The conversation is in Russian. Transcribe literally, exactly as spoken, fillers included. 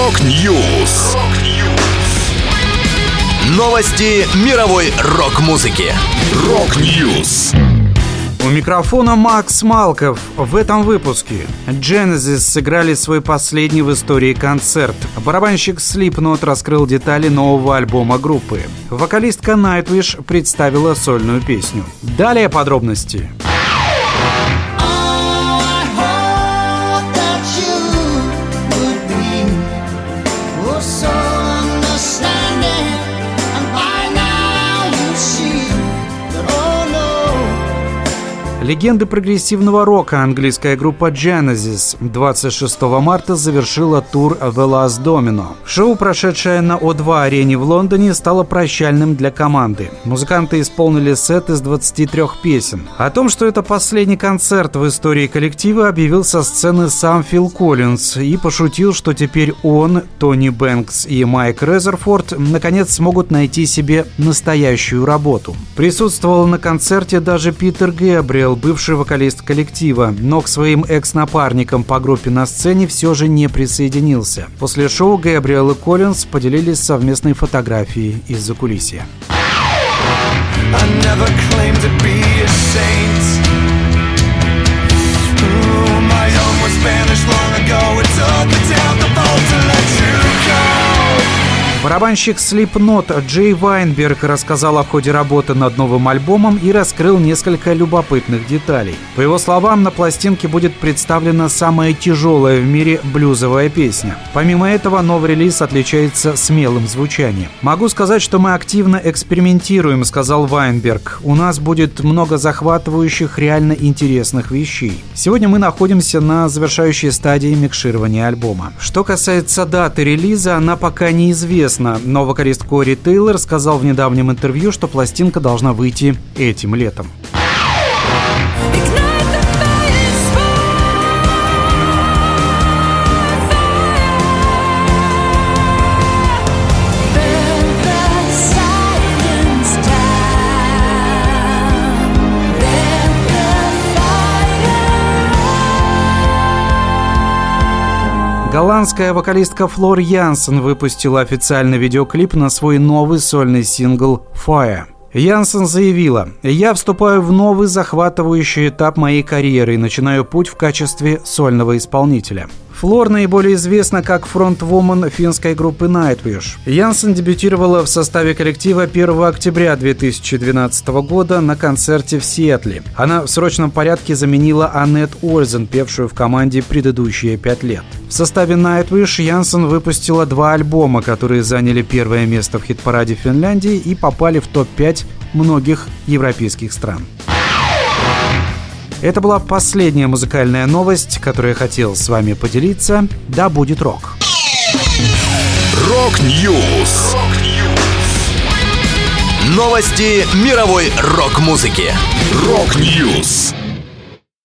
Рок-Ньюс. Новости мировой рок-музыки. Рок-Ньюс. У микрофона Макс Малков. В этом выпуске Genesis сыграли свой последний в истории концерт. Барабанщик Slipknot раскрыл детали нового альбома группы. Вокалистка Nightwish представила сольную песню. Далее подробности. Легенды прогрессивного рока английская группа Genesis двадцать шестого марта завершила тур The Last Domino. Шоу, прошедшее на О два арене в Лондоне, стало прощальным для команды. Музыканты исполнили сет из двадцати трёх песен. О том, что это последний концерт в истории коллектива, объявил со сцены сам Фил Коллинз и пошутил, что теперь он, Тони Бэнкс и Майк Резерфорд наконец смогут найти себе настоящую работу. Присутствовал на концерте даже Питер Гэбриэл, бывший вокалист коллектива, но к своим экс-напарникам по группе на сцене все же не присоединился. После шоу Гэбриэл и Коллинз поделились совместной фотографией из закулисья. Барабанщик Slipknot Джей Вайнберг рассказал о ходе работы над новым альбомом и раскрыл несколько любопытных деталей. По его словам, на пластинке будет представлена самая тяжелая в мире блюзовая песня. Помимо этого, новый релиз отличается смелым звучанием. «Могу сказать, что мы активно экспериментируем», — сказал Вайнберг. «У нас будет много захватывающих, реально интересных вещей. Сегодня мы находимся на завершающей стадии микширования альбома. Что касается даты релиза, она пока неизвестна, но вокалист Кори Тейлор сказал в недавнем интервью, что пластинка должна выйти этим летом. Голландская вокалистка Флор Янсен выпустила официальный видеоклип на свой новый сольный сингл «Fire». Янсен заявила: «Я вступаю в новый захватывающий этап моей карьеры и начинаю путь в качестве сольного исполнителя». Флор наиболее известна как фронтвумен финской группы Nightwish. Янсен дебютировала в составе коллектива первого октября две тысячи двенадцатого года на концерте в Сиэтле. Она в срочном порядке заменила Аннет Ользен, певшую в команде предыдущие пять лет. В составе Nightwish Янсен выпустила два альбома, которые заняли первое место в хит-параде Финляндии и попали в топ пять многих европейских стран. Это была последняя музыкальная новость, которую я хотел с вами поделиться. Да будет рок! Рок-Ньюс. Новости мировой рок-музыки. Рок-Ньюс.